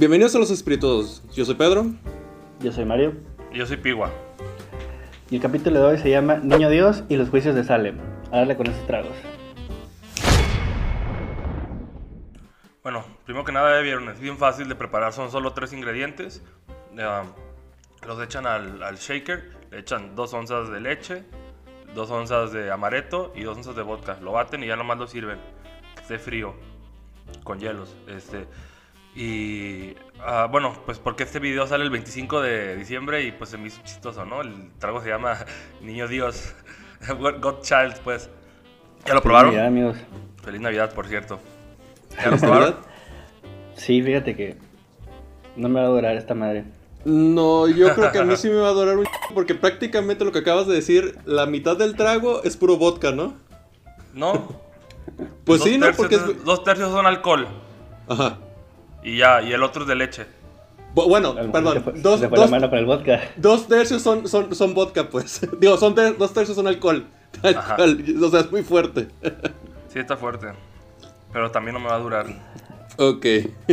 Bienvenidos a Los Espíritus. Yo soy Pedro. Yo soy Mario. Y yo soy Pigua. Y el capítulo de hoy se llama Niño Dios y los juicios de Salem. A darle con esos tragos. Bueno, primero que nada vieron, es bien fácil de preparar, son solo 3 ingredientes. Los echan al shaker, le echan 2 onzas de leche, 2 onzas de amaretto y 2 onzas de vodka. Lo baten y ya nomás lo sirven. Esté frío, con hielos. Bueno, pues porque este video sale el 25 de diciembre y pues se me hizo chistoso, ¿no? El trago se llama Niño Dios, Godchild, pues. ¿Ya lo probaron? Feliz Navidad, amigos. Feliz Navidad, por cierto. ¿Ya lo probaron? Sí, fíjate que no me va a durar esta madre. No, yo creo que a mí sí me va a durar un porque prácticamente lo que acabas de decir, la mitad del trago es puro vodka, ¿no? No. Pues sí, ¿no? Porque 2/3 son alcohol. Ajá. Y el otro es de leche. Bueno, perdón. Se fue la mano con el vodka. 2/3 son vodka, pues. Digo, 2/3 son alcohol. O sea, es muy fuerte. Sí, está fuerte. Pero también no me va a durar. Ok.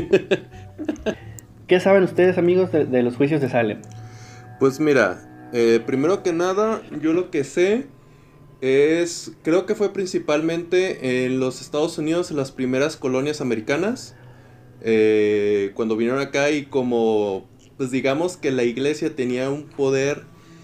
¿Qué saben ustedes, amigos, de los juicios de Salem? Pues mira, primero que nada, yo lo que sé es, creo que fue principalmente en los Estados Unidos, en las primeras colonias americanas, cuando vinieron acá y como, pues digamos que la iglesia tenía un poder,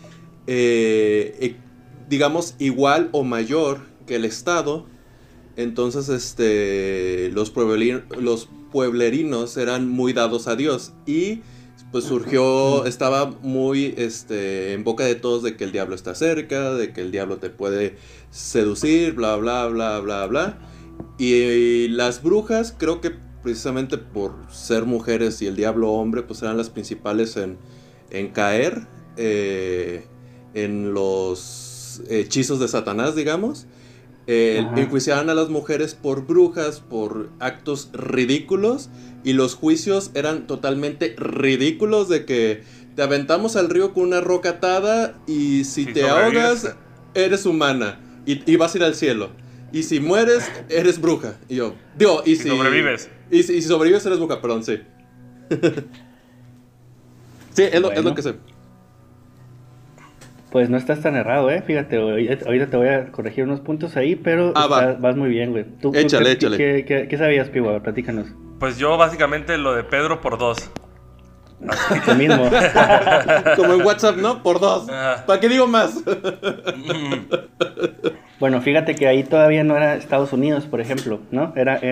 digamos, igual o mayor que el Estado. Entonces, los pueblerinos eran muy dados a Dios y pues surgió, estaba muy en boca de todos de que el diablo está cerca, de que el diablo te puede seducir, bla, bla, bla, bla, bla. Y las brujas, creo que precisamente por ser mujeres y el diablo hombre, pues eran las principales en caer en los hechizos de Satanás, digamos. Enjuiciaban a las mujeres por brujas, por actos ridículos, y los juicios eran totalmente ridículos, de que te aventamos al río con una roca atada y si te ahogas eres humana y vas a ir al cielo, y si mueres eres bruja. Y yo digo, y si sobrevives y si sobrevives eres bruja, perdón, sí. Sí, es lo que sé. Pues no estás tan errado, fíjate, ahorita te voy a corregir unos puntos ahí, pero vas muy bien, güey. Échale. ¿Qué sabías, Piwa? Platícanos. Pues yo básicamente lo de Pedro por 2. Lo mismo. Como en WhatsApp, ¿no? Por 2. ¿Para qué digo más? Bueno, fíjate que ahí todavía no era Estados Unidos, por ejemplo, ¿no?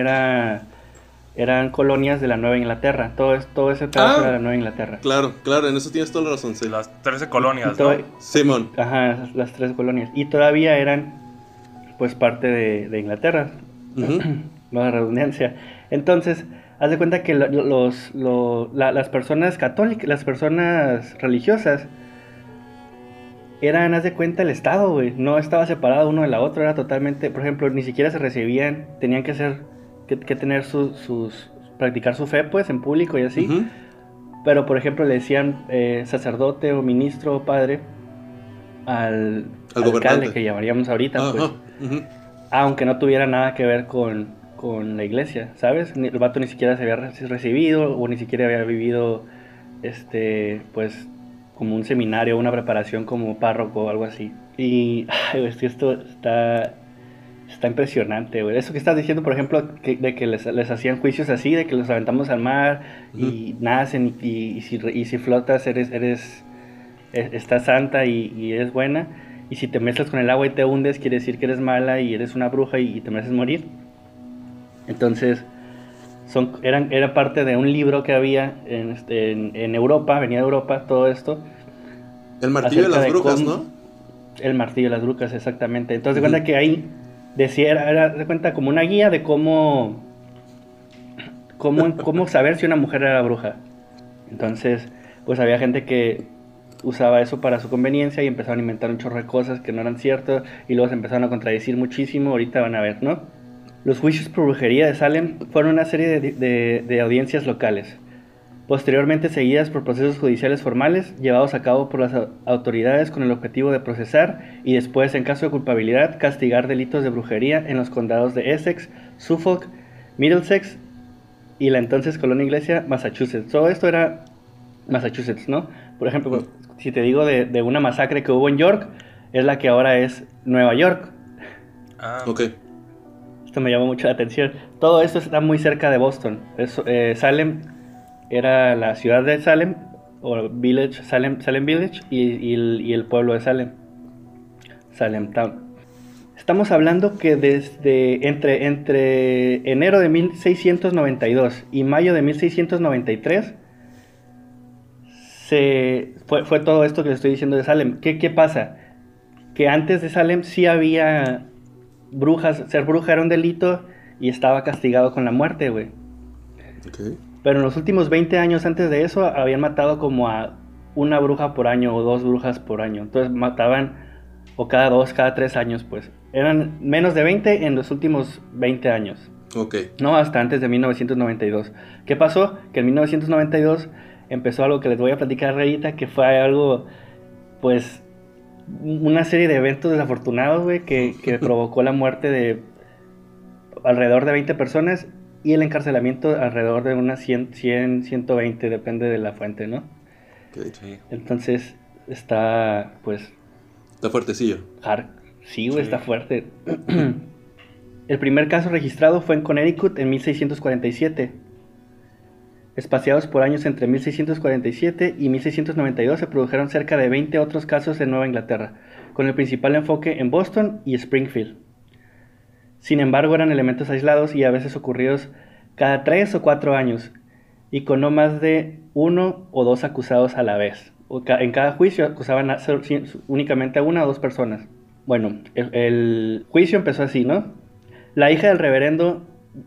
Eran colonias de la Nueva Inglaterra. Todo ese pedazo era de la Nueva Inglaterra. Claro, en eso tienes toda la razón, sí. Las 13 colonias, ¿no? Simón. Ajá, las 13 colonias. Y todavía eran, pues, parte de Inglaterra. No de redundancia. Entonces, haz de cuenta que las personas católicas, las personas religiosas, eran, haz de cuenta, el Estado, güey. No estaba separado uno de la otra, era totalmente, por ejemplo, ni siquiera se recibían, tenían que tener practicar su fe, pues, en público y así. Pero, por ejemplo, le decían sacerdote o ministro o padre al alcalde, que llamaríamos ahorita, pues. Aunque no tuviera nada que ver con la iglesia, ¿sabes? El vato ni siquiera se había recibido o ni siquiera había vivido, pues, como un seminario, una preparación como párroco o algo así. Y, esto está impresionante, güey. Eso que estás diciendo, por ejemplo, de que les hacían juicios así, de que los aventamos al mar y nacen y si flotas estás santa y eres buena, y si te mezclas con el agua y te hundes, quiere decir que eres mala y eres una bruja y te mereces morir. Entonces, era parte de un libro que había en Europa, venía de Europa, todo esto. El martillo de las brujas, ¿no? El martillo de las brujas, exactamente. Entonces, de cuenta que ahí decía, era de cuenta como una guía de cómo saber si una mujer era bruja. Entonces, pues había gente que usaba eso para su conveniencia y empezaron a inventar un chorro de cosas que no eran ciertas y luego se empezaron a contradecir muchísimo. Ahorita van a ver, ¿no? Los juicios por brujería de Salem fueron una serie de audiencias locales, posteriormente seguidas por procesos judiciales formales llevados a cabo por las autoridades con el objetivo de procesar y después, en caso de culpabilidad, castigar delitos de brujería en los condados de Essex, Suffolk, Middlesex y la entonces colonia Iglesia, Massachusetts. Todo esto era Massachusetts, ¿no? Por ejemplo, si te digo de una masacre que hubo en York, es la que ahora es Nueva York. Ok. Esto me llamó mucho la atención. Todo esto está muy cerca de Boston. Salem era la ciudad de Salem, o Village, Salem Village, y el pueblo de Salem, Salem Town. Estamos hablando que desde entre enero de 1692 y mayo de 1693 fue todo esto que les estoy diciendo de Salem. ¿Qué pasa? Que antes de Salem sí había brujas, ser bruja era un delito y estaba castigado con la muerte, güey. Okay. Pero en los últimos 20 años antes de eso habían matado como a una bruja por año o 2 brujas por año. Entonces mataban o cada 2, cada 3 años, pues. Eran menos de 20 en los últimos 20 años. Ok. No, hasta antes de 1992. ¿Qué pasó? Que en 1992 empezó algo que les voy a platicar ahorita, que fue algo, pues, una serie de eventos desafortunados, güey, que provocó la muerte de alrededor de 20 personas y el encarcelamiento alrededor de unas 100, 120, depende de la fuente, ¿no? Okay. Sí. Entonces, está, pues... Está fuertecillo. Sí, güey, está fuerte. El primer caso registrado fue en Connecticut en 1647. Espaciados por años entre 1647 y 1692 se produjeron cerca de 20 otros casos en Nueva Inglaterra, con el principal enfoque en Boston y Springfield. Sin embargo, eran elementos aislados y a veces ocurridos cada 3 o 4 años, y con no más de 1 o 2 acusados a la vez. En cada juicio acusaban únicamente a 1 o 2 personas. Bueno, el juicio empezó así, ¿no? La hija del reverendo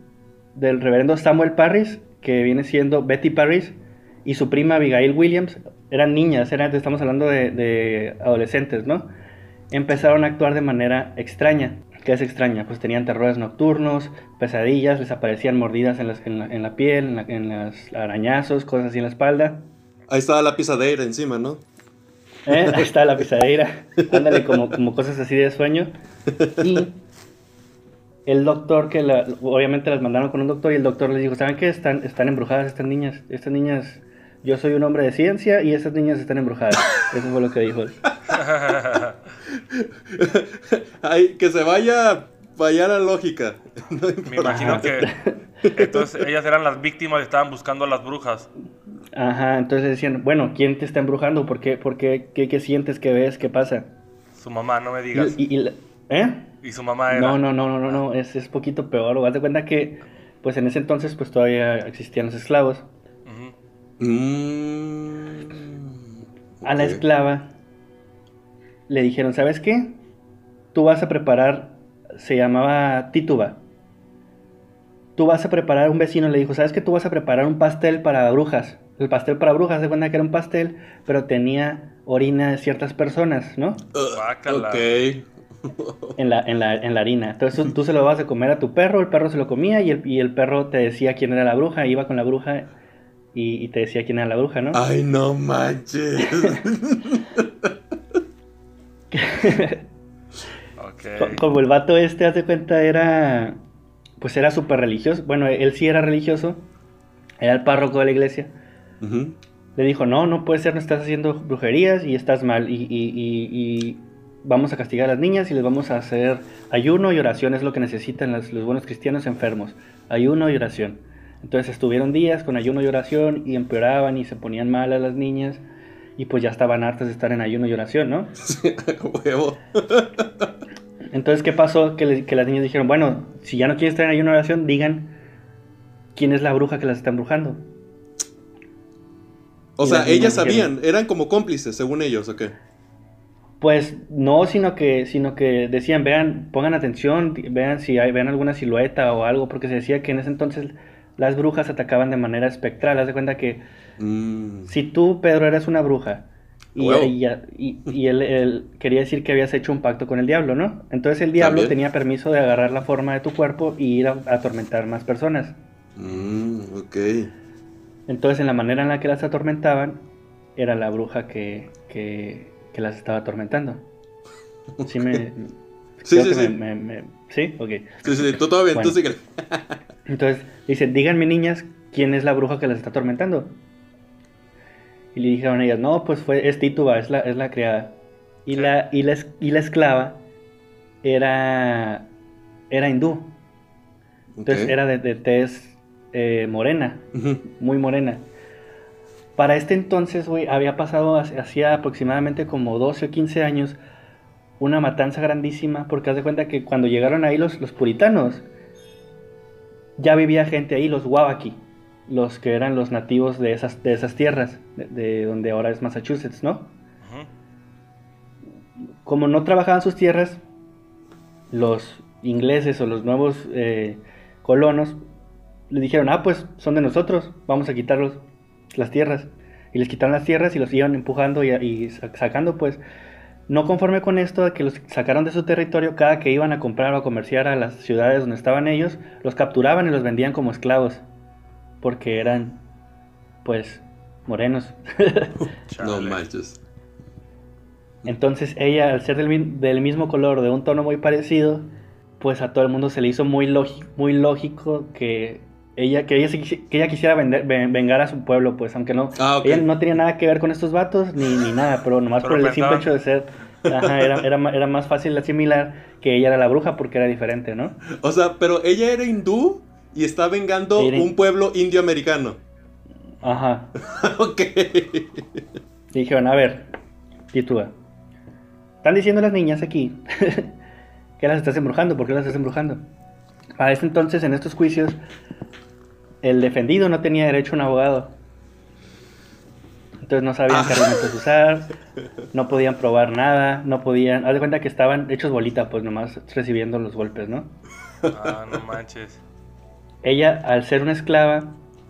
Samuel Parris, que viene siendo Betty Parris, y su prima Abigail Williams, eran niñas, estamos hablando de adolescentes, ¿no? Empezaron a actuar de manera extraña. ¿Qué es extraña? Pues tenían terrores nocturnos, pesadillas, les aparecían mordidas en la piel, en los arañazos, cosas así en la espalda. Ahí estaba la pisadera encima, ¿no? Ahí está la pisadera. Ándale, como cosas así de sueño. Y el doctor, obviamente las mandaron con un doctor, y el doctor les dijo, ¿saben qué? Están embrujadas estas niñas. Estas niñas, yo soy un hombre de ciencia y estas niñas están embrujadas. Eso fue lo que dijo. Ay, que se vaya la lógica. No me imagino que entonces ellas eran las víctimas y estaban buscando a las brujas. Ajá, entonces decían, bueno, ¿quién te está embrujando? ¿Por qué? ¿Qué sientes? ¿Qué ves? ¿Qué pasa? Su mamá, no me digas. Y su mamá era... No, es poquito peor. Haz de cuenta que, pues en ese entonces, pues todavía existían los esclavos. A la esclava le dijeron, ¿sabes qué? Tú vas a preparar, se llamaba Tituba. Tú vas a preparar, un vecino le dijo, ¿sabes qué? Tú vas a preparar un pastel para brujas. El pastel para brujas, se cuenta que era un pastel, pero tenía orina de ciertas personas, ¿no? Guácala. Ok. En la harina. Entonces tú se lo vas a comer a tu perro, el perro se lo comía y el perro te decía quién era la bruja, iba con la bruja y te decía quién era la bruja, ¿no? Ay, no manches. Okay. Como el vato haz de cuenta, era súper religioso. Bueno, él sí era religioso, era el párroco de la iglesia. Uh-huh. Le dijo, no puede ser, no estás haciendo brujerías y estás mal y vamos a castigar a las niñas y les vamos a hacer ayuno y oración, es lo que necesitan los buenos cristianos enfermos, ayuno y oración. Entonces estuvieron días con ayuno y oración y empeoraban y se ponían mal a las niñas y pues ya estaban hartas de estar en ayuno y oración, ¿no? Sí, huevo. Entonces, ¿qué pasó? Que las niñas dijeron, bueno, si ya no quieren estar en ayuno y oración, digan quién es la bruja que las está embrujando. O sea, ellas sabían, eran como cómplices, según ellos, ¿o qué? Pues no, sino que decían, vean, pongan atención, vean si vean alguna silueta o algo, porque se decía que en ese entonces las brujas atacaban de manera espectral. Haz de cuenta que si tú, Pedro, eres una bruja y él quería decir que habías hecho un pacto con el diablo, ¿no? Entonces el diablo tenía permiso de agarrar la forma de tu cuerpo y ir a atormentar más personas. Ok. Entonces en la manera en la que las atormentaban era la bruja que las estaba atormentando. ¿Sí me...? Sí. ¿Sí? Ok. Sí, tú todo bien, bueno. tú síguele. Entonces, dice, díganme niñas, ¿quién es la bruja que las está atormentando? Y le dijeron ellas, no, pues es Tituba, es la criada. Y Sí. la esclava era hindú. Entonces Ok. era de tez morena, Ujú. muy morena. Para este entonces, güey, había pasado hacía aproximadamente como 12 o 15 años una matanza grandísima, porque haz de cuenta que cuando llegaron ahí los puritanos, ya vivía gente ahí, los Wabanaki, los que eran los nativos de esas tierras, de donde ahora es Massachusetts, ¿no? Ujú. Como no trabajaban sus tierras, los ingleses o los nuevos colonos le dijeron, pues son de nosotros, vamos a quitarlos las tierras. Y les quitaron las tierras y los iban empujando y sacando, pues. No conforme con esto de que los sacaron de su territorio, cada que iban a comprar o a comerciar a las ciudades donde estaban ellos, los capturaban y los vendían como esclavos, porque eran, pues, morenos. No Chale. manches. Entonces ella, al ser del mismo color, de un tono muy parecido, pues a todo el mundo se le hizo muy lógico que ella quisiera vengar a su pueblo, pues, aunque no, Ah, ok. ella no tenía nada que ver con estos vatos, ni nada, pero nomás Pero por el simple pensaban- hecho de ser, ajá, era más fácil asimilar que ella era la bruja porque era diferente, ¿no? O sea, pero ella era hindú y está vengando Era- un pueblo indio-americano. Ajá. Ok. Y dijeron, a ver, Titúa, están diciendo las niñas aquí que las estás embrujando, ¿por qué las estás embrujando? Para este entonces, en estos juicios, el defendido no tenía derecho a un abogado. Entonces no sabían qué argumentos usar, no podían probar nada, no podían... Haz de cuenta que estaban hechos bolita, pues nomás recibiendo los golpes, ¿no? Ah, no manches. Ella, al ser una esclava...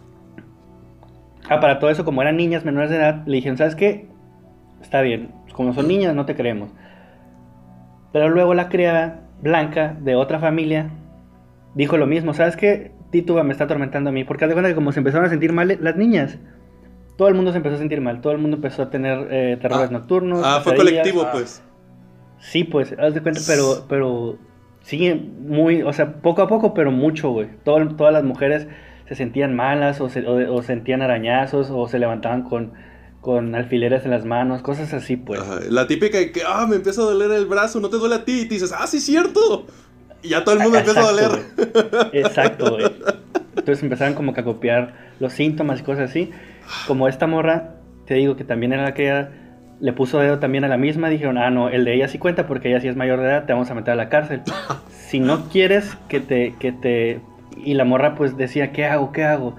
para todo eso, como eran niñas menores de edad, le dijeron, ¿sabes qué? Está bien, como son niñas, no te creemos. Pero luego la criada blanca de otra familia dijo lo mismo, ¿sabes qué? Tituba me está atormentando a mí, porque haz de cuenta que como se empezaron a sentir mal las niñas, todo el mundo se empezó a sentir mal, todo el mundo empezó a tener terrores nocturnos, Fue pesadillas. colectivo, pues. Sí, pues, haz de cuenta, pero sigue muy, o sea, poco a poco, pero mucho, güey. Todas las mujeres se sentían malas o sentían arañazos o se levantaban con alfileres en las manos, cosas así, pues. Ajá. La típica de que, me empieza a doler el brazo, no te duele a ti. Y te dices, sí, cierto. Y ya todo el mundo empieza a doler. Güey. Exacto, güey. Entonces empezaron como que a copiar los síntomas y cosas así. Como esta morra, te digo que también era la que le puso dedo también a la misma, dijeron, no, el de ella sí cuenta porque ella sí es mayor de edad, te vamos a meter a la cárcel. Si no quieres que te... Y la morra pues decía, ¿qué hago?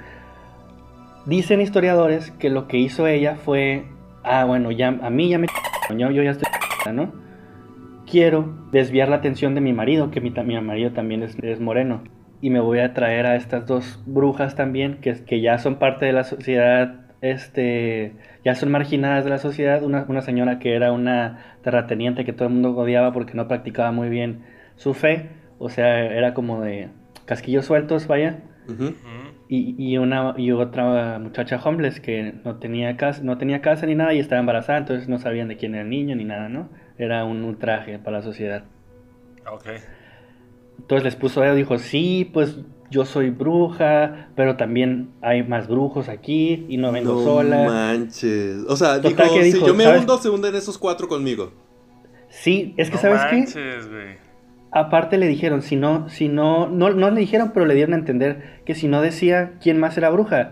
Dicen historiadores que lo que hizo ella fue, bueno, ya a mí ya me... Yo ya estoy... ¿no? Quiero desviar la atención de mi marido, que mi marido también es moreno. Y me voy a traer a estas dos brujas también, que ya son parte de la sociedad, ya son marginadas de la sociedad. Una señora que era una terrateniente que todo el mundo odiaba porque no practicaba muy bien su fe. O sea, era como de casquillos sueltos, vaya. Ujú. Ujú. Y otra muchacha homeless que no tenía casa ni nada y estaba embarazada, entonces no sabían de quién era el niño ni nada, ¿no? Era un ultraje para la sociedad. Ok. Entonces les puso dedo, dijo, sí, pues yo soy bruja, pero también hay más brujos aquí y no vengo No sola. manches. O sea, Total dijo, que si dijo, yo me ¿sabes? hundo, se hunden esos 4 conmigo. Sí, es que No ¿sabes qué? manches, güey. Aparte le dijeron, no le dijeron, pero le dieron a entender que si no decía quién más era bruja,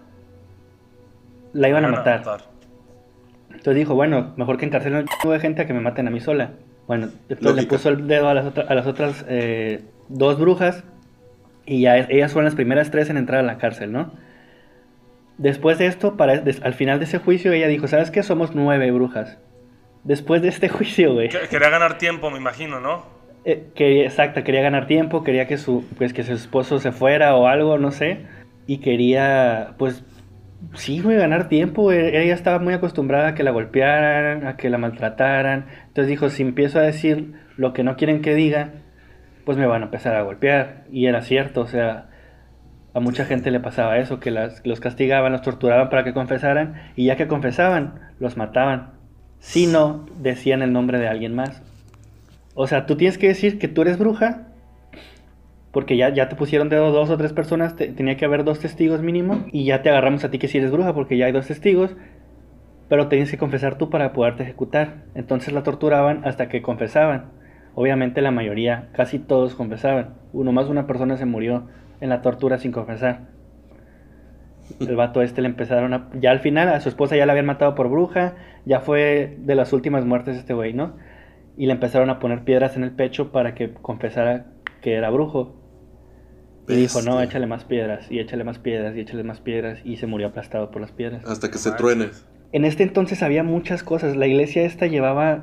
la iban a matar. Entonces dijo, bueno, mejor que encarcelen a un chingo de gente a que me maten a mí sola. Bueno, después le Lógica. puso el dedo a las otras dos brujas y ya ellas fueron las primeras 3 en entrar a la cárcel, ¿no? Después de esto, al final de ese juicio, ella dijo, ¿sabes qué? Somos 9 brujas. Después de este juicio, güey. Quería ganar tiempo, me imagino, ¿no? Exacto, quería ganar tiempo, quería que su esposo se fuera o algo, no sé. Y quería, pues, sí, güey, ganar tiempo, güey. Ella estaba muy acostumbrada a que la golpearan, a que la maltrataran. Entonces dijo, si empiezo a decir lo que no quieren que diga, pues me van a empezar a golpear. Y era cierto, o sea, a mucha gente le pasaba eso, que los castigaban, los torturaban para que confesaran, y ya que confesaban, los mataban. Si no, decían el nombre de alguien más. O sea, tú tienes que decir que tú eres bruja Porque ya te pusieron dedo 2 o 3 personas, tenía que haber 2 testigos mínimo, y ya te agarramos a ti que si eres bruja, porque ya hay 2 testigos, pero tienes que confesar tú para poderte ejecutar. Entonces la torturaban hasta que confesaban. Obviamente la mayoría, casi todos confesaban. Uno más una persona se murió en la tortura sin confesar. El vato le empezaron a... Ya al final a su esposa ya la habían matado por bruja, ya fue de las últimas muertes este güey, ¿no? Y le empezaron a poner piedras en el pecho para que confesara que era brujo. Y dijo, no, échale más piedras, y échale más piedras, y échale más piedras, y se murió aplastado por las piedras. Hasta que se truene. En este entonces había muchas cosas. La iglesia esta llevaba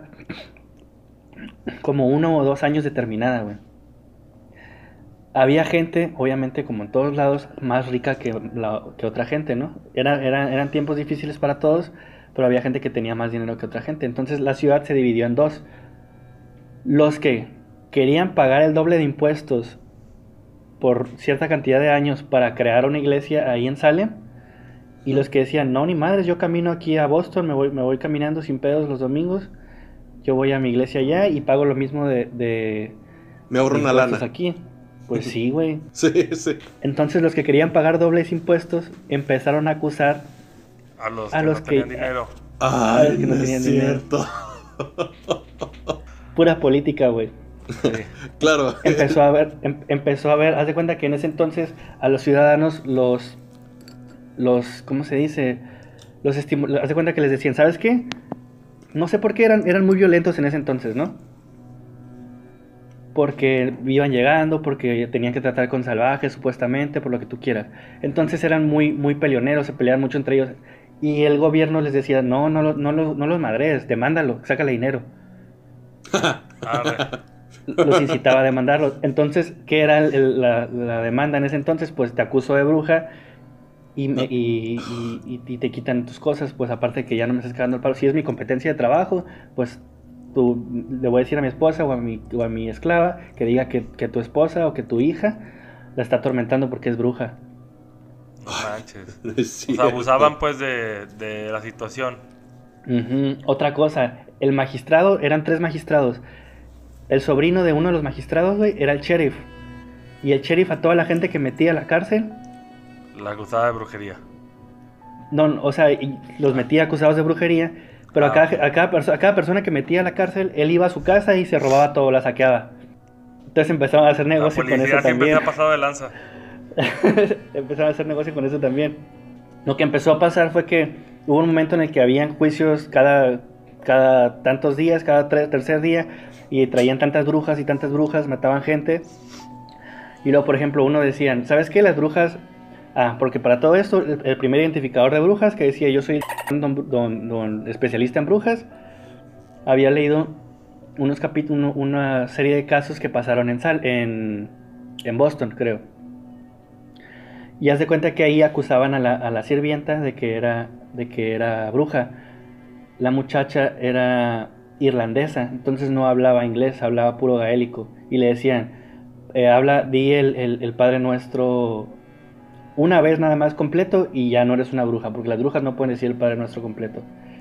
como 1 o 2 años de terminada, güey. Había gente, obviamente, como en todos lados, más rica que otra gente, ¿no? Eran tiempos difíciles para todos, pero había gente que tenía más dinero que otra gente. Entonces la ciudad se dividió en dos. Los que querían pagar el doble de impuestos por cierta cantidad de años para crear una iglesia ahí en Salem, y los que decían, no, ni madres, yo camino aquí a Boston, me voy caminando sin pedos los domingos, yo voy a mi iglesia allá y pago lo mismo me ahorro una lana aquí. Pues sí, güey. Sí, sí. Entonces los que querían pagar dobles impuestos empezaron a acusar a los que no tenían dinero. Ay, a los que no tenían cierto. Dinero. Pura política, güey. Sí. Claro. Empezó a ver, haz de cuenta que en ese entonces a los ciudadanos los ¿cómo se dice? Haz de cuenta que les decían, ¿sabes qué? No sé por qué eran muy violentos en ese entonces, ¿no? Porque iban llegando, porque tenían que tratar con salvajes, supuestamente, por lo que tú quieras. Entonces eran muy, muy peleoneros, se peleaban mucho entre ellos. Y el gobierno les decía, no los madres, demándalo, sácale dinero. Los incitaba a demandarlos. Entonces, ¿qué era la demanda en ese entonces? Pues te acuso de bruja y te quitan tus cosas, pues aparte de que ya no me estás cagando el palo. Si es mi competencia de trabajo, pues le voy a decir a mi esposa o a mi esclava que diga que tu esposa o que tu hija la está atormentando porque es bruja. No manches. Sí, o sea, abusaban pues de la situación. Otra cosa, el magistrado, eran 3 magistrados. El sobrino de uno de los magistrados, güey, era el sheriff. Y el sheriff a toda la gente que metía a la cárcel la acusaba de brujería. No, o sea, los metía acusados de brujería. Pero a cada persona que metía a la cárcel, él iba a su casa y se robaba todo, la saqueaba. Entonces empezaron a hacer negocio con eso también. La policía siempre se ha pasado de lanza. Empezaron a hacer negocio con eso también. Lo que empezó a pasar fue que hubo un momento en el que habían juicios cada tantos días, cada tercer día, y traían tantas brujas, mataban gente. Y luego, por ejemplo, uno decían, ¿sabes qué? Las brujas... porque para todo esto, el primer identificador de brujas, que decía yo soy don especialista en brujas, había leído unos capítulos, una serie de casos que pasaron en Boston, creo. Y haz de cuenta que ahí acusaban a la sirvienta de que era bruja. La muchacha era irlandesa, entonces no hablaba inglés, hablaba puro gaélico. Y le decían, di el Padre Nuestro una vez nada más completo y ya no eres una bruja, porque las brujas no pueden decir el Padre Nuestro completo.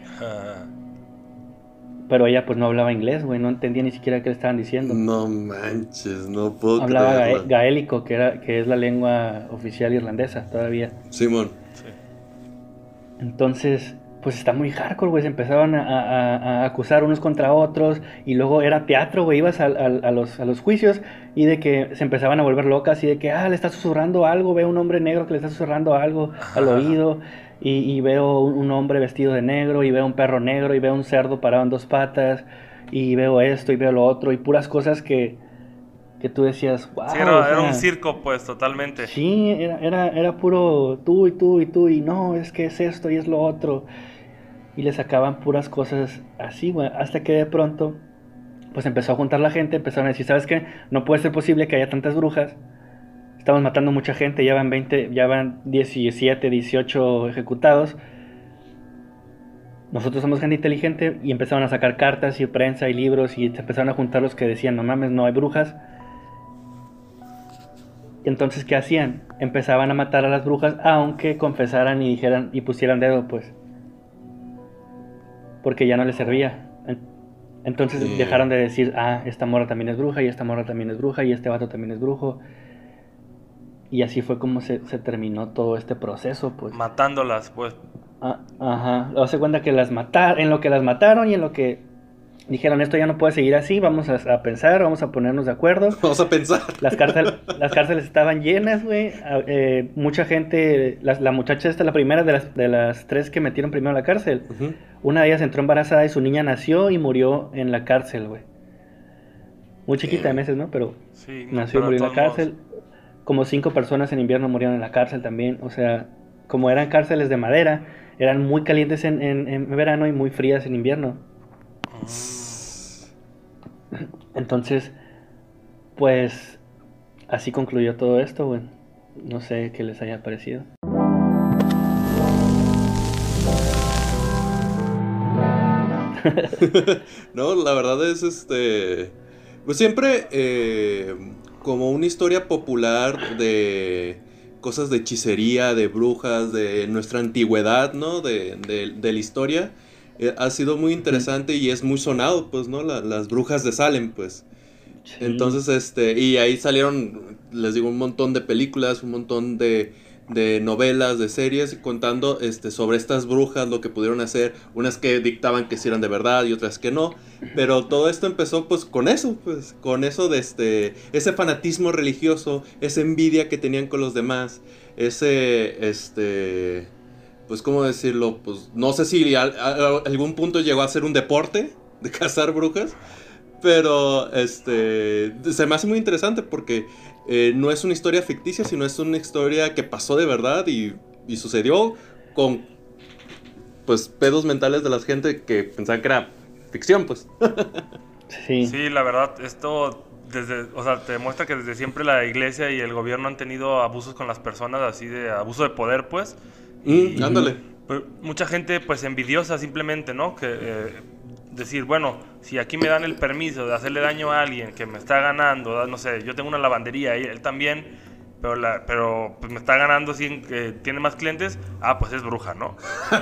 Pero ella pues no hablaba inglés, güey, no entendía ni siquiera qué le estaban diciendo. No manches, no puedo hablaba gaélico, que es la lengua oficial irlandesa todavía. Simón. Sí. Entonces, pues está muy hardcore, güey, se empezaban a acusar unos contra otros, y luego era teatro, güey, ibas a los juicios, y de que se empezaban a volver locas, y de que, le está susurrando algo, veo un hombre negro que le está susurrando algo al oído, y veo un hombre vestido de negro, y veo un perro negro, y veo un cerdo parado en 2 patas, y veo esto, y veo lo otro, y puras cosas que tú decías, wow. Sí, era un circo, pues, totalmente. Sí, era puro tú y tú y tú, y no, es que es esto y es lo otro. Y le sacaban puras cosas así, güey, hasta que de pronto, pues empezó a juntar la gente, empezaron a decir, ¿sabes qué? No puede ser posible que haya tantas brujas, estamos matando mucha gente, ya van 17, 18 ejecutados, nosotros somos gente inteligente, y empezaron a sacar cartas y prensa y libros, y se empezaron a juntar los que decían, no mames, no hay brujas. Entonces, ¿qué hacían? Empezaban a matar a las brujas, aunque confesaran y dijeran y pusieran dedo, pues, porque ya no les servía. Entonces dejaron de decir, esta morra también es bruja, y esta morra también es bruja, y este vato también es brujo. Y así fue como se terminó todo este proceso, pues. Matándolas, pues. Ajá. Hace cuenta que en lo que las mataron y en lo que dijeron, esto ya no puede seguir así, vamos a pensar, vamos a ponernos de acuerdo. Vamos a pensar. Las cárceles estaban llenas, güey. Mucha gente, la muchacha esta, la primera de las 3 que metieron primero a la cárcel, una de ellas entró embarazada y su niña nació y murió en la cárcel, güey. Muy chiquita de meses, ¿no? Pero sí, nació y murió en la cárcel. Como 5 personas en invierno murieron en la cárcel también. O sea, como eran cárceles de madera, eran muy calientes en verano y muy frías en invierno. Entonces, pues, así concluyó todo esto, güey. No sé qué les haya parecido. No, la verdad es pues siempre como una historia popular de cosas de hechicería, de brujas, de nuestra antigüedad, ¿no? De la historia. Ha sido muy interesante y es muy sonado, pues, ¿no? Las brujas de Salem, pues. Sí. Entonces, y ahí salieron, les digo, un montón de películas, un montón de novelas, de series, contando sobre estas brujas, lo que pudieron hacer, unas que dictaban que sí eran de verdad y otras que no, pero todo esto empezó pues con eso de ese fanatismo religioso, esa envidia que tenían con los demás, ese pues cómo decirlo, pues no sé si a algún punto llegó a ser un deporte de cazar brujas, pero se me hace muy interesante porque no es una historia ficticia, sino es una historia que pasó de verdad y sucedió con pues pedos mentales de la gente que pensaban que era ficción, pues. Sí. Sí, la verdad, esto te demuestra que desde siempre la iglesia y el gobierno han tenido abusos con las personas, así de abuso de poder, pues. Ándale. Mucha gente pues envidiosa simplemente, ¿no? Que decir, bueno, si aquí me dan el permiso de hacerle daño a alguien que me está ganando, no sé, yo tengo una lavandería y él también, pero pues me está ganando tiene más clientes, pues es bruja, ¿no?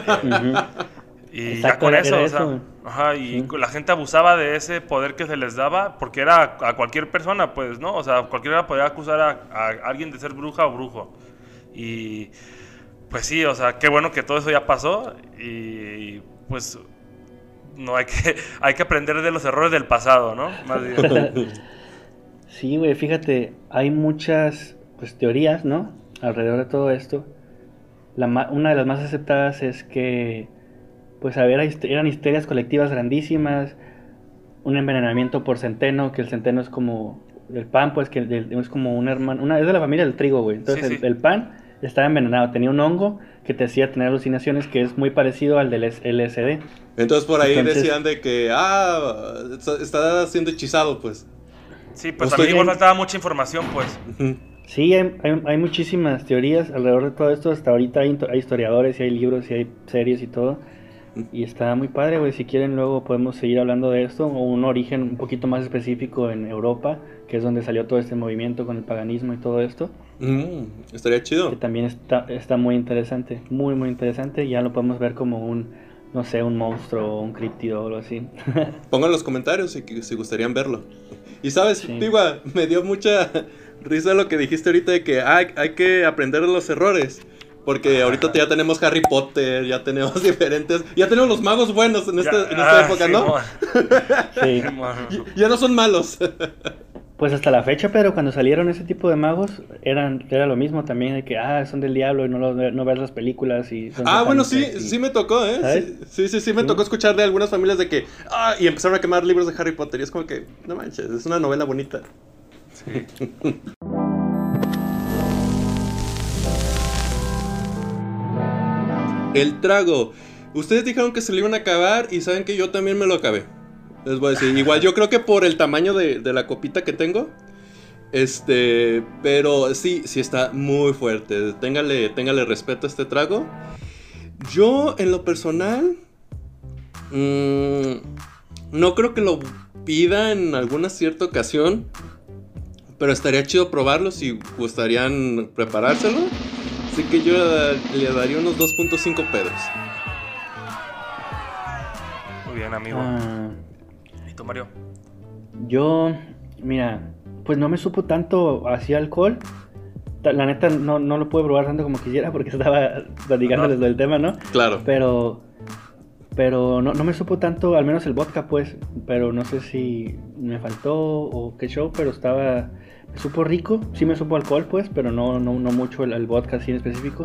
Y exacto, ya con eso, o sea, ajá, y sí. La gente abusaba de ese poder que se les daba, porque era a cualquier persona, pues, ¿no? O sea, cualquiera podía acusar a alguien de ser bruja o brujo. Y pues sí, o sea, qué bueno que todo eso ya pasó y pues no hay que aprender de los errores del pasado, ¿no? Más bien. Sí, güey, fíjate, hay muchas pues teorías, ¿no? Alrededor de todo esto. Una de las más aceptadas es que pues eran histerias colectivas grandísimas, un envenenamiento por centeno, que el centeno es como el pan, pues que es como un hermano, es de la familia del trigo, güey. Entonces sí. El pan estaba envenenado, tenía un hongo que te hacía tener alucinaciones, que es muy parecido al del LSD. Entonces por ahí decían de que está siendo hechizado, pues. Sí, pues también igual faltaba mucha información, pues. Sí, hay muchísimas teorías alrededor de todo esto. Hasta ahorita hay historiadores y hay libros y hay series y todo. Y está muy padre, güey. Si quieren luego podemos seguir hablando de esto. O un origen un poquito más específico en Europa, que es donde salió todo este movimiento con el paganismo y todo esto. Estaría chido. Que también está muy interesante. Muy, muy interesante. Ya lo podemos ver como un monstruo o un críptido o algo así. Pongan en los comentarios si gustarían verlo. Y sabes, sí. Pigua, me dio mucha risa lo que dijiste ahorita de que hay que aprender de los errores. Porque ahorita ya tenemos Harry Potter, ya tenemos ya tenemos los magos buenos en esta época, sí, ¿no? Sí. Ya no son malos. Pues hasta la fecha, pero cuando salieron ese tipo de magos, era lo mismo también, de que, son del diablo y no ves las películas y son bueno, sí me tocó, ¿eh? Sí, me tocó escuchar de algunas familias de que, y empezaron a quemar libros de Harry Potter, y es como que, no manches, es una novela bonita. Sí. El trago. Ustedes dijeron que se lo iban a acabar y saben que yo también me lo acabé. Les voy a decir, igual yo creo que por el tamaño de la copita que tengo. Pero sí está muy fuerte. Téngale respeto a este trago. Yo, en lo personal, no creo que lo pida en alguna cierta ocasión. Pero estaría chido probarlo si gustarían preparárselo. Así que yo le daría unos 2.5 pedos. Muy bien, amigo. ¿Y tú, Mario? Yo, mira, pues no me supo tanto hacia alcohol, la neta no lo pude probar tanto como quisiera porque estaba platicándoles del tema, ¿no? Claro. Pero no me supo tanto, al menos el vodka, pues. Pero no sé si me faltó o qué show, pero me supo rico. Sí me supo alcohol, pues, pero no mucho el vodka así en específico.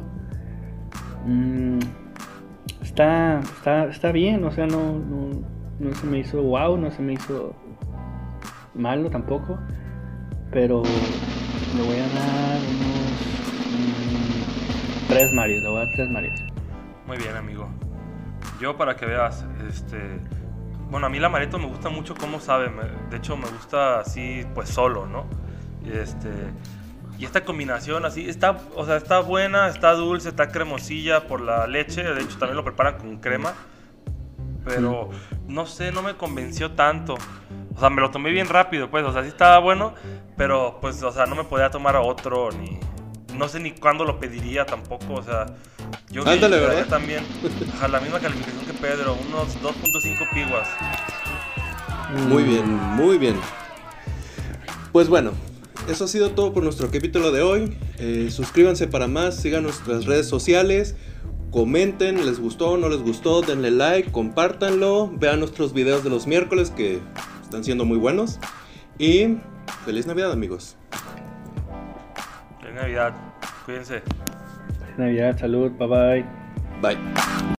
Está bien, o sea, no se me hizo wow, no se me hizo malo tampoco. Pero le voy a dar unos 3 Marios, le voy a dar 3 Marios. Muy bien, amigo. Yo, para que veas, bueno, a mí el amaretto me gusta mucho cómo sabe. De hecho, me gusta así, pues solo, ¿no? Y esta combinación así, o sea, está buena, está dulce, está cremosilla por la leche. De hecho, también lo preparan con crema. Pero, no sé, no me convenció tanto. O sea, me lo tomé bien rápido, pues. O sea, sí estaba bueno, pero, pues, o sea, no me podía tomar a otro, ni... No sé ni cuándo lo pediría tampoco, o sea... Yo Ándale, ¿verdad? También a la misma calificación que Pedro, unos 2.5 piguas. Muy bien, muy bien. Pues bueno, eso ha sido todo por nuestro capítulo de hoy. Suscríbanse para más, sigan nuestras redes sociales, comenten, les gustó o no les gustó, denle like, compártanlo, vean nuestros videos de los miércoles que están siendo muy buenos. Y feliz Navidad, amigos. Feliz Navidad, cuídense. Navidad, salud, bye bye. Bye.